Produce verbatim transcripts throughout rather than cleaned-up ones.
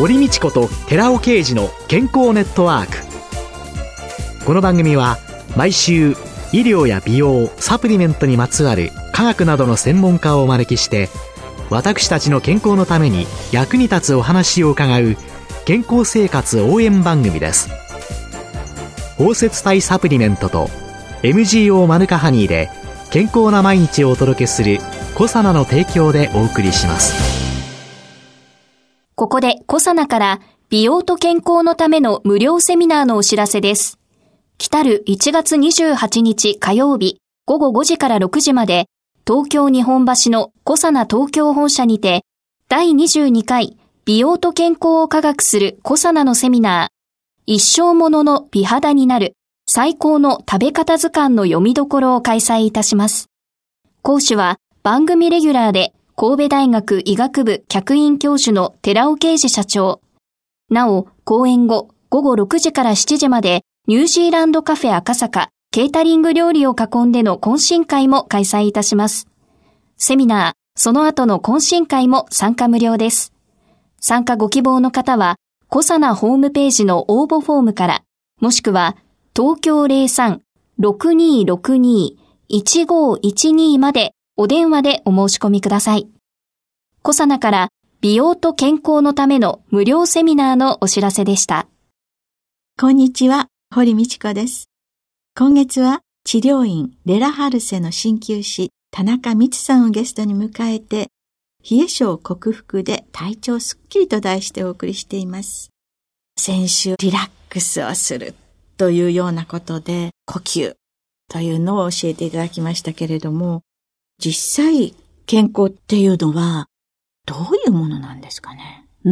堀道子と寺尾啓二の健康ネットワーク。この番組は毎週医療や美容、サプリメントにまつわる科学などの専門家をお招きして、私たちの健康のために役に立つお話を伺う健康生活応援番組です。包摂体サプリメントと エムジーオー マヌカハニーで健康な毎日をお届けするコサナの提供でお送りします。 ここでコサナから美容と健康のための無料セミナーのお知らせです。来たるいちがつにじゅうはちにち火曜日ごごごじからろくじまで、東京日本橋のコサナ東京本社にてだいにじゅうにかい美容と健康を科学するコサナのセミナー、一生ものの美肌になる最高の食べ方図鑑の読みどころを開催いたします。講師は番組レギュラーで神戸大学医学部客員教授の寺尾啓二社長。なお、講演後ごごろくじからしちじまでニュージーランドカフェ赤坂ケータリング料理を囲んでの懇親会も開催いたします。セミナー、その後の懇親会も参加無料です。参加ご希望の方は、コサナホームページの応募フォームから、もしくは、東京 ゼロさん ろくにーろくにー いちごーいちにー までお電話でお申し込みください。コサナから美容と健康のための無料セミナーのお知らせでした。 こんにちは、堀道子です。今月は治療院レラハルセの鍼灸師田中美智さんをゲストに迎えて、冷え性克服で体調すっきりと題してお送りしています。先週リラックスをするというようなことで呼吸というのを教えていただきましたけれども、実際健康っていうのはどういうものなんですかね。 うん。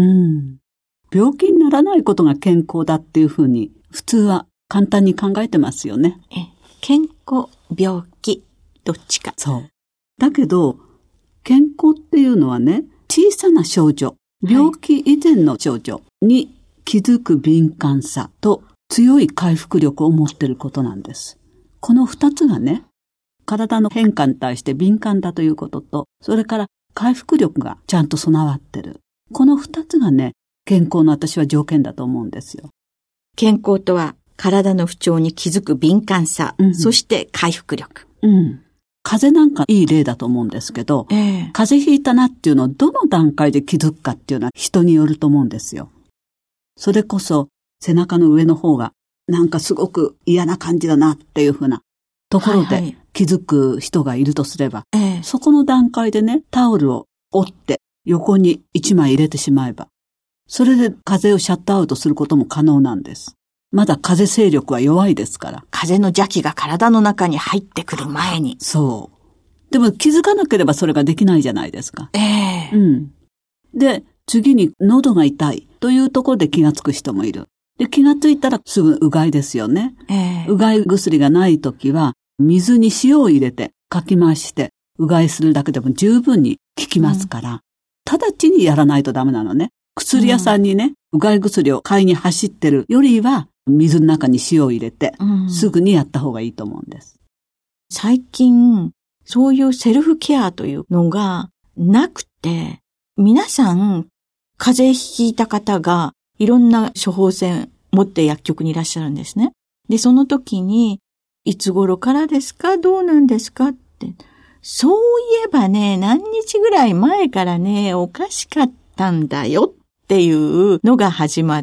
病気にならないことが健康だっていうふうに普通は簡単に考えてますよね。 え、健康、病気、どっちか。 そう。だけど、健康っていうのはね、小さな症状、病気以前の症状に気づく敏感さと強い回復力を持っていることなんです。この二つがね、体の変化に対して敏感だということと、それから回復力がちゃんと備わってる。この二つがね、健康の私は条件だと思うんですよ。 健康とは体の不調に気づく敏感さ、うん、そして回復力。 うん。風邪なんかいい例だと思うんですけど、 えー、 風邪ひいたなっていうのをどの段階で気づくかっていうのは人によると思うんですよ。それこそ背中の上の方がなんかすごく嫌な感じだなっていうふうなところで気づく人がいるとすれば、 はいはい、 そこの段階でね、タオルを折って横に一枚入れてしまえば、それで風邪をシャットアウトすることも可能なんです。まだ風勢力は弱いですから。 風の邪気が体の中に入ってくる前に。 そう。でも気づかなければそれができないじゃないですか。 ええー。うん。で、次に喉が痛いというところで気がつく人もいる。で、気がついたらすぐうがいですよね。 えー、 うがい薬がないときは、水に塩を入れてかき回してうがいするだけでも十分に効きますから、うん、直ちにやらないとダメなのね。薬屋さんにね、うん、うがい薬を買いに走ってるよりは、水の中に塩を入れて、うん、すぐにやった方がいいと思うんです。 最近、そういうセルフケアというのがなくて、皆さん、風邪ひいた方がいろんな処方箋持って薬局にいらっしゃるんですね。で、その時に、いつ頃からですか？どうなんですか？って。そういえばね、何日ぐらい前からね、おかしかったんだよっていうのが始まって、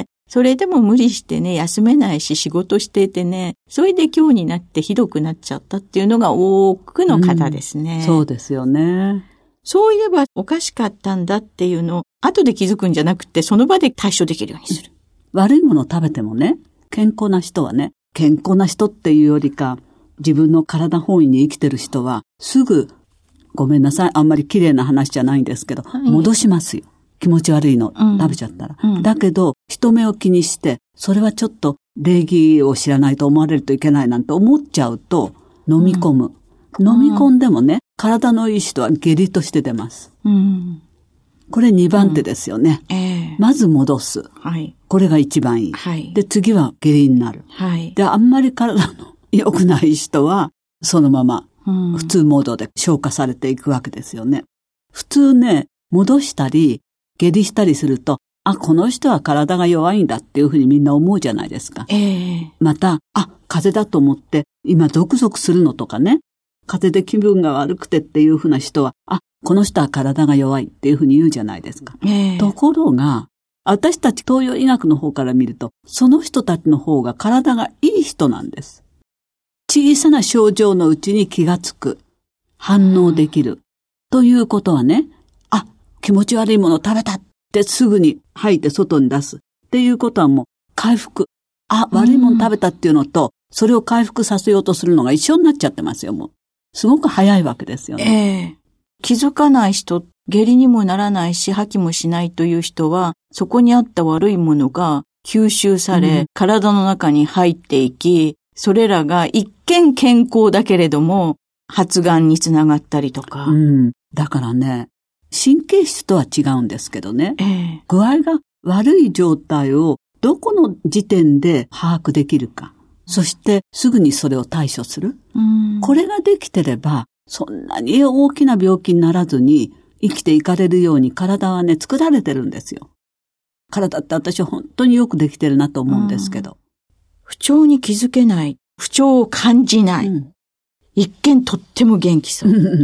それでも無理してね、休めないし仕事しててね、それで今日になってひどくなっちゃったっていうのが多くの方ですね。 うん、そうですよね。 そういえばおかしかったんだっていうのを後で気づくんじゃなくて、その場で対処できるようにする。 悪いものを食べてもね、健康な人はね、健康な人っていうよりか、自分の体本位に生きてる人は、すぐ、ごめんなさい、あんまり綺麗な話じゃないんですけど、はい、戻しますよ。気持ち悪いの、うん、食べちゃったら、うん。だけど、人目を気にして、それはちょっと礼儀を知らないと思われるといけないなんて思っちゃうと、飲み込む。うん、飲み込んでもね、体のいい人は下痢として出ます。 うん、 これにばん手ですよね。 うんえー、 まず戻す、 はい。 これが一番いい。 はい、 で、次は下痢になる。 はい、 で、あんまり体の良くない人は、そのまま普通モードで消化されていくわけですよね。普通ね、戻したり、下痢したりすると、 あ、この人は体が弱いんだっていうふうにみんな思うじゃないですか。 ええ。 また、あ、風邪だと思って今ゾクゾクするのとかね。風邪で気分が悪くてっていうふうな人は、あ、この人は体が弱いっていうふうに言うじゃないですか。 ええ。 ところが、私たち東洋医学の方から見ると、その人たちの方が体がいい人なんです。小さな症状のうちに気がつく、反応できる、ということはね、あ、気持ち悪いもの食べたってすぐに吐いて外に出すっていうことはもう回復。あ、悪いもの食べたっていうのと、それを回復させようとするのが一緒になっちゃってますよ、もう。すごく早いわけですよね。 ええ。気づかない人、下痢にもならないし、吐きもしないという人は、そこにあった悪いものが吸収され、うん、体の中に入っていき、それらが一見健康だけれども、発がんにつながったりとか。 うん。だからね、神経質とは違うんですけどね、 ええ、 具合が悪い状態をどこの時点で把握できるか。そしてすぐにそれを対処する。 うん、 これができてれば、そんなに大きな病気にならずに生きていかれるように体はね、作られてるんですよ。体って私は本当によくできてるなと思うんですけど。 不調に気づけない。不調を感じない。うん、一見とっても元気そう。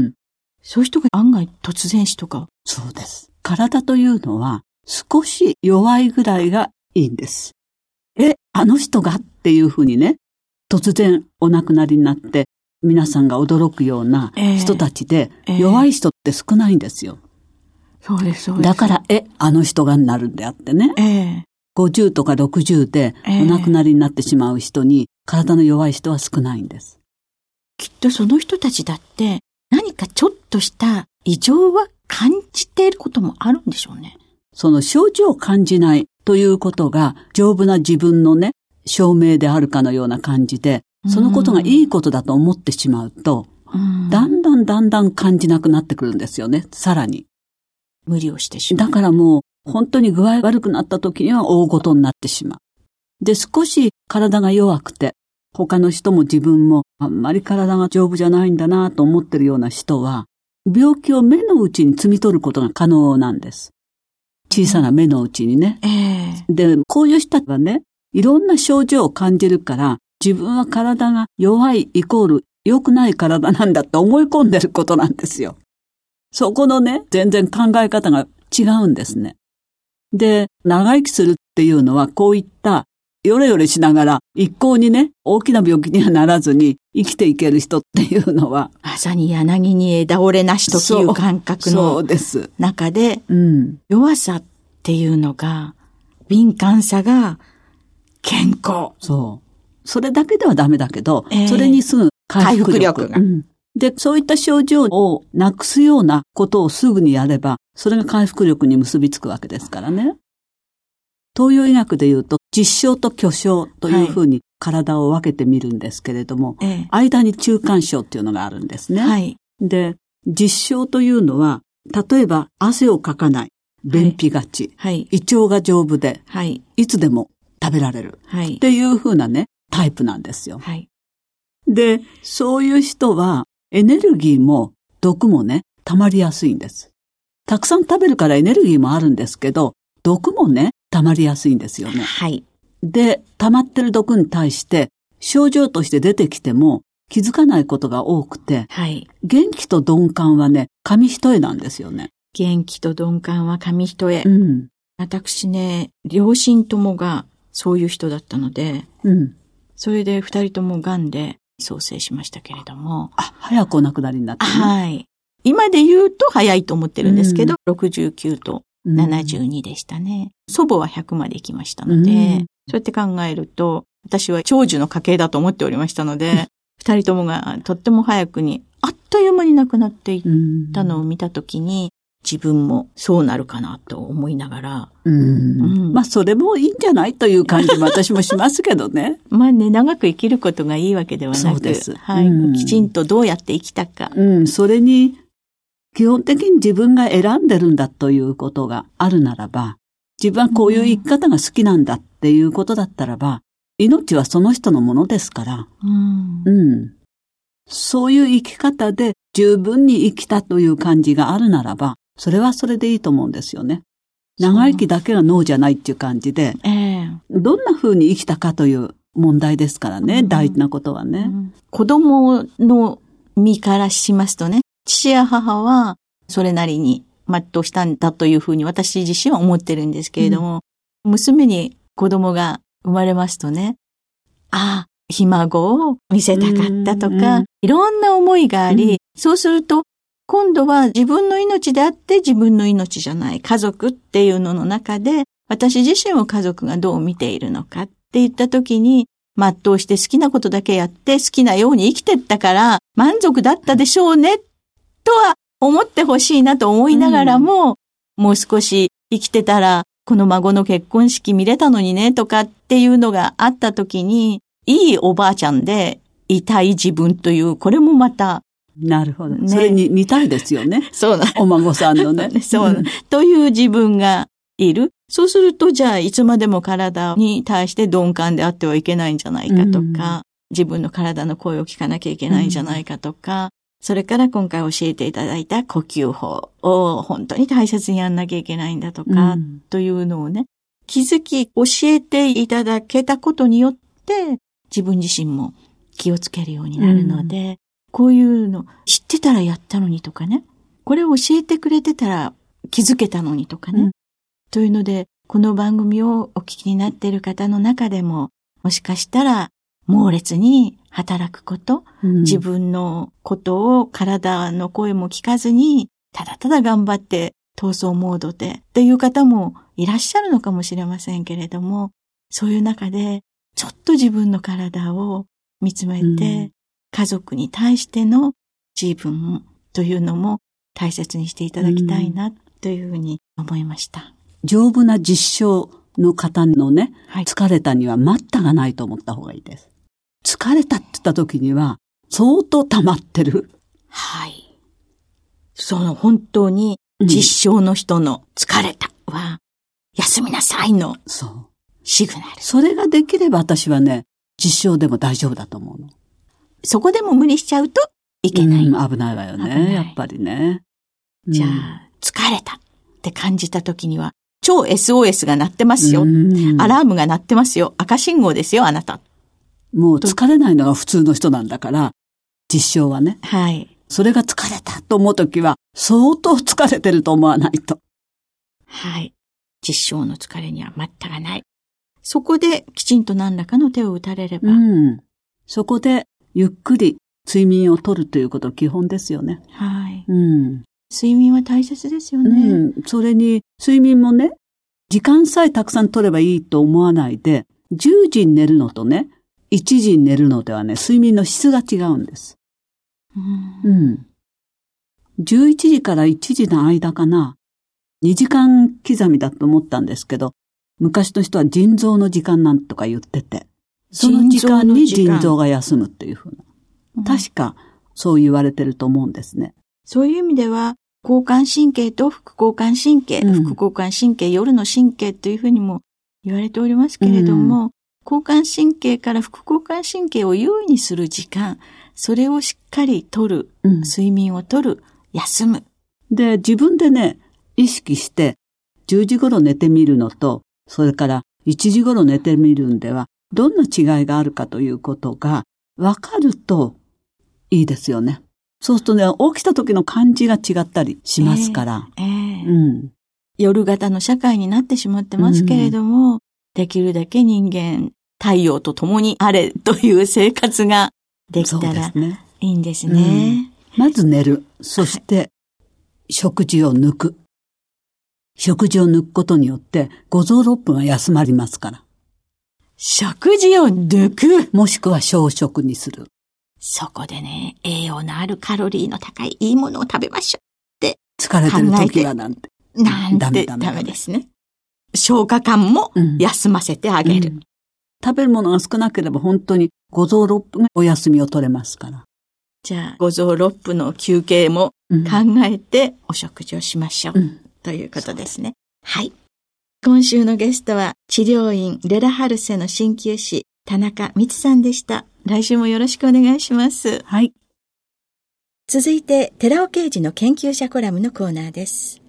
そういう人が案外突然死とか。 そうです。体というのは少し弱いぐらいがいいんです。え、あの人がっていうふうにね、突然お亡くなりになって皆さんが驚くような人たちで、えー、弱い人って少ないんですよ。 えー、そうです、そうです。 だから、え、あの人がになるんであってね。 えー、 ごじゅうとかろくじゅうでお亡くなりになってしまう人に、体の弱い人は少ないんです。 きっとその人たちだって何かちょっとした異常は感じていることもあるんでしょうね。 その症状を感じないということが丈夫な自分のね、証明であるかのような感じで、そのことがいいことだと思ってしまうと、 うん、 だんだんだんだん感じなくなってくるんですよね、さらに。 無理をしてしまう。 だからもう本当に具合悪くなった時には大ごとになってしまう。で、少し体が弱くて、他の人も自分もあんまり体が丈夫じゃないんだなと思ってるような人は、病気を目の内に摘み取ることが可能なんです。小さな目の内にね。 えー、 で、こういう人はね、いろんな症状を感じるから、自分は体が弱いイコール良くない体なんだって思い込んでることなんですよ。そこのね、全然考え方が違うんですね。で、長生きするっていうのはこういったヨレヨレしながら一向にね、大きな病気にはならずに生きていける人っていうのは、 まさに柳に枝折れなしという感覚の中で、 うん、 弱さっていうのが、敏感さが健康。 そう。それだけではダメだけど、 えー、 それにすぐ回復力。 回復力が、 うん。で、そういった症状をなくすようなことをすぐにやれば、それが回復力に結びつくわけですからね。東洋医学でいうと、実症と虚症というふうに体を分けてみるんですけれども、 はい、 間に中間症っていうのがあるんですね。 はい、 で、実症というのは、例えば汗をかかない、便秘がち、 はい、 胃腸が丈夫で、 はい、 いつでも食べられる、 はい、 っていうふうなね、タイプなんですよ。 はい、 で、そういう人はエネルギーも毒もね、溜まりやすいんです。たくさん食べるからエネルギーもあるんですけど、毒もね、溜まりやすいんですよね。 はい。 で、溜まってる毒に対して症状として出てきても気づかないことが多くて、 はい。 元気と鈍感はね、紙一重なんですよね。 元気と鈍感は紙一重。 うん。 私ね、両親ともがそういう人だったので、 うん。 それで二人とも癌で早生しましたけれども。 あ、早くお亡くなりになってね。 はい。今で言うと早いと思ってるんですけど、うん、ろくじゅうきゅうとななじゅうにでしたね。うん、祖母はひゃくまで行きましたので、うん、そうやって考えると、私は長寿の家系だと思っておりましたので、二人ともがとっても早くに、あっという間に亡くなっていったのを見たときに、自分もそうなるかなと思いながら。 うんうん、まあそれもいいんじゃないという感じも私もしますけどね。 まあね、長く生きることがいいわけではなく、 そうです。 はい、 うん、 きちんとどうやって生きたか。 うん、それに基本的に自分が選んでるんだということがあるならば、自分はこういう生き方が好きなんだっていうことだったらば、命はその人のものですから、 うんうん、そういう生き方で十分に生きたという感じがあるならば、それはそれでいいと思うんですよね。 長生きだけが脳じゃないっていう感じで、 ええ、 どんな風に生きたかという問題ですからね、うん、大事なことはね、うん。 子供の身からしますとね、父や母はそれなりに全うしたんだというふうに私自身は思ってるんですけれども、うん、娘に子供が生まれますとね、ああ、ひ孫を見せたかったとか、いろんな思いがあり、うん、そうすると今度は自分の命であって自分の命じゃない家族っていうのの中で、私自身を家族がどう見ているのかって言った時に、全うして好きなことだけやって好きなように生きてったから満足だったでしょうね、とは思ってほしいなと思いながらも、うん、もう少し生きてたらこの孫の結婚式見れたのにねとかっていうのがあった時に、いいおばあちゃんでいたい自分という、これもまた、 なるほど。ね、それに似たいですよね。 そうな。 お孫さんのね。 そうな。という自分がいる。そうすると、じゃあ、いつまでも体に対して鈍感であってはいけないんじゃないかとか、うん、自分の体の声を聞かなきゃいけないんじゃないかとか、うん、それから今回教えていただいた呼吸法を本当に大切にやんなきゃいけないんだとか、うん、というのをね、気づき教えていただけたことによって、自分自身も気をつけるようになるので、うん、こういうの知ってたらやったのにとかね、これを教えてくれてたら気づけたのにとかね、うん、というので、この番組をお聞きになっている方の中でも、もしかしたら猛烈に働くこと、うん、自分のことを体の声も聞かずに、ただただ頑張って闘争モードでっていう方もいらっしゃるのかもしれませんけれども、そういう中でちょっと自分の体を見つめて、うん、家族に対しての自分というのも大切にしていただきたいなというふうに思いました。うん、 丈夫な実証の方のね、はい、疲れたには待ったがないと思った方がいいです。疲れたって言った時には相当溜まってる。 はい。その本当に実証の人の疲れたは、うん、休みなさいの。そう。シグナル。 それができれば私はね、実証でも大丈夫だと思うの。 そこでも無理しちゃうといけない。 うん、危ないわよね。やっぱりね。 じゃあ、うん、疲れたって感じた時には、超 エスオーエス が鳴ってますよ。アラームが鳴ってますよ。赤信号ですよ、あなた。 もう疲れないのが普通の人なんだから、実証はね。 はい。 それが疲れたと思うときは、相当疲れてると思わないと。 はい。実証の疲れには待ったがない。そこできちんと何らかの手を打たれれば。 うん。そこでゆっくり睡眠をとるということが基本ですよね。 はい。 うん。 睡眠は大切ですよね。 うん。それに睡眠もね、時間さえたくさん取ればいいと思わないで、じゅうじに寝るのとね、いちじに寝るのではね、睡眠の質が違うんです。うん。うん。じゅういちじからいちじの間かな、にじかん刻みだと思ったんですけど、昔の人は腎臓の時間なんとか言ってて、その時間に腎臓が休むっていうふうな、うん、確かそう言われてると思うんですね。 そういう意味では、交感神経と副交感神経、うん、副交感神経、夜の神経というふうにも言われておりますけれども、うん、交感神経から副交感神経を優位にする時間、それをしっかりとる、うん、睡眠をとる、休む。 で、自分でね、意識してじゅうじ頃寝てみるのと、それからいちじ頃寝てみるんでは、どんな違いがあるかということが分かるといいですよね。そうするとね、起きた時の感じが違ったりしますから。 えーえーうん、夜型の社会になってしまってますけれども、うん、できるだけ人間、太陽と共にあれという生活ができたらいいんですね。 うん、まず寝る。そして、はい、食事を抜く。食事を抜くことによって、五臓六腑が休まりますから。 食事を抜く。 もしくは小食にする。 そこでね、栄養のあるカロリーの高いいいものを食べましょうって疲れてる時はなんて。 なんてダメですね。消化管も休ませてあげる、うんうん。 食べるものが少なければ本当に五臓六腑がお休みを取れますから。 じゃあ、五臓六腑の休憩も考えてお食事をしましょう。うん、ということですね。はい。今週のゲストは治療院レラハルセの鍼灸師田中美津さんでした。来週もよろしくお願いします。 はい。 続いて寺尾啓二の研究者コラムのコーナーです。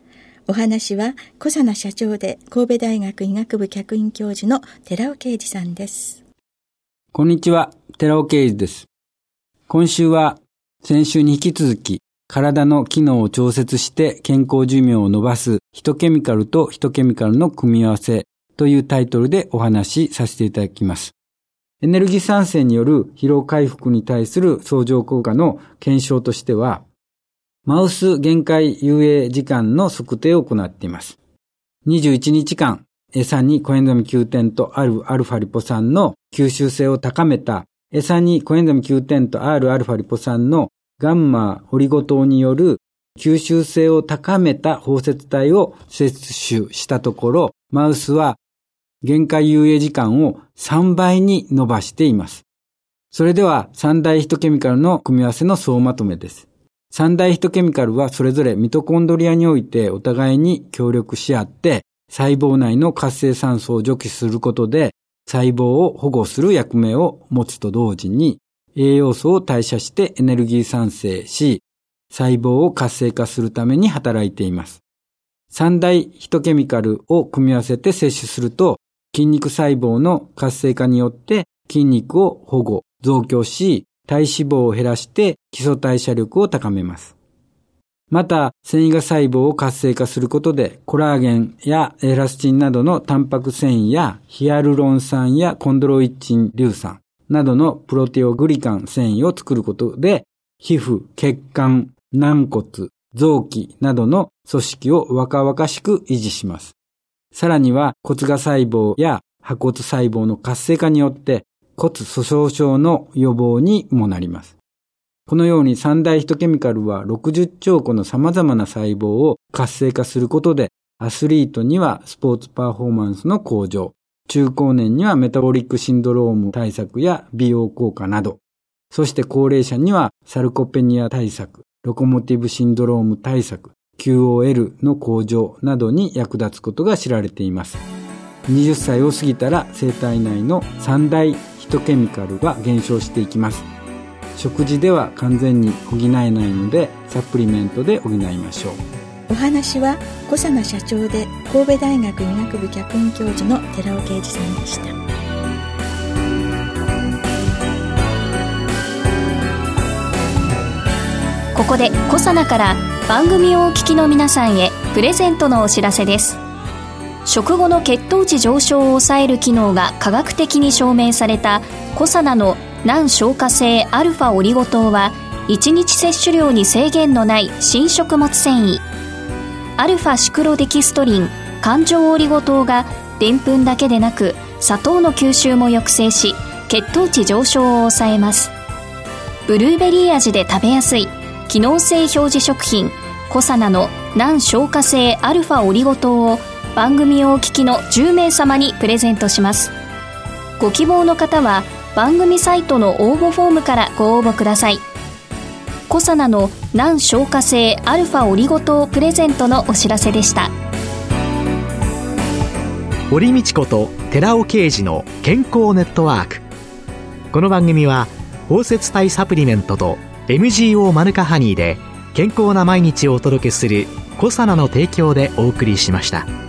お話は小佐奈社長で神戸大学医学部客員教授の寺尾啓二さんです。 こんにちは、寺尾啓二です。今週は先週に引き続き、体の機能を調節して健康寿命を伸ばすヒトケミカルとヒトケミカルの組み合わせというタイトルでお話しさせていただきます。エネルギー産生による疲労回復に対する相乗効果の検証としては、マウス限界遊泳時間の測定を行っています。にじゅういちにちかん、餌にコエンザイム キューテン と Rα リポ酸の吸収性を高めた、餌にコエンザイム キューテン と Rα リポ酸のガンマオリゴ糖による吸収性を高めた包摂体を摂取したところ、マウスは限界遊泳時間をさんばいに伸ばしています。それでは三大ヒトケミカルの組み合わせの総まとめです。三大ヒトケミカルはそれぞれミトコンドリアにおいてお互いに協力し合って細胞内の活性酸素を除去することで細胞を保護する役目を持つと同時に栄養素を代謝してエネルギー産生し細胞を活性化するために働いています。三大ヒトケミカルを組み合わせて摂取すると筋肉細胞の活性化によって筋肉を保護、増強し体脂肪を減らして基礎代謝力を高めます。また、繊維が細胞を活性化することで、コラーゲンやエラスチンなどのタンパク繊維やヒアルロン酸やコンドロイチン硫酸などのプロテオグリカン繊維を作ることで、皮膚、血管、軟骨、臓器などの組織を若々しく維持します。さらには骨芽細胞や破骨細胞の活性化によって骨粗鬆症の予防にもなります。このように三大ヒトケミカルはろくじゅっちょうこの様々な細胞を活性化することで、アスリートにはスポーツパフォーマンスの向上、中高年にはメタボリックシンドローム対策や美容効果など、そして高齢者にはサルコペニア対策、ロコモティブシンドローム対策、キューオーエル の向上などに役立つことが知られています。はたちを過ぎたら生体内の三大ヒトケミカルが減少していきます。食事では完全に補えないのでサプリメントで補いましょう。 お話は小佐奈社長で神戸大学医学部客員教授の寺尾啓二さんでした。 ここで小佐奈から番組をお聞きの皆さんへプレゼントのお知らせです。食後の血糖値上昇を抑える機能が科学的に証明されたコサナの難消化性アルファオリゴ糖はいちにち摂取量に制限のない新食物繊維。アルファシクロデキストリン環状オリゴ糖がでんぷんだけでなく砂糖の吸収も抑制し血糖値上昇を抑えます。ブルーベリー味で食べやすい機能性表示食品コサナの難消化性アルファオリゴ糖を番組をお聞きのじゅうめいさまにプレゼントします。ご希望の方は番組サイトの応募フォームからご応募ください。コサナの難消化性アルファオリゴ糖プレゼントのお知らせでした。 堀道子と寺尾啓二の健康ネットワーク。この番組は包摂体サプリメントと エムジーオー マヌカハニーで健康な毎日をお届けするコサナの提供でお送りしました。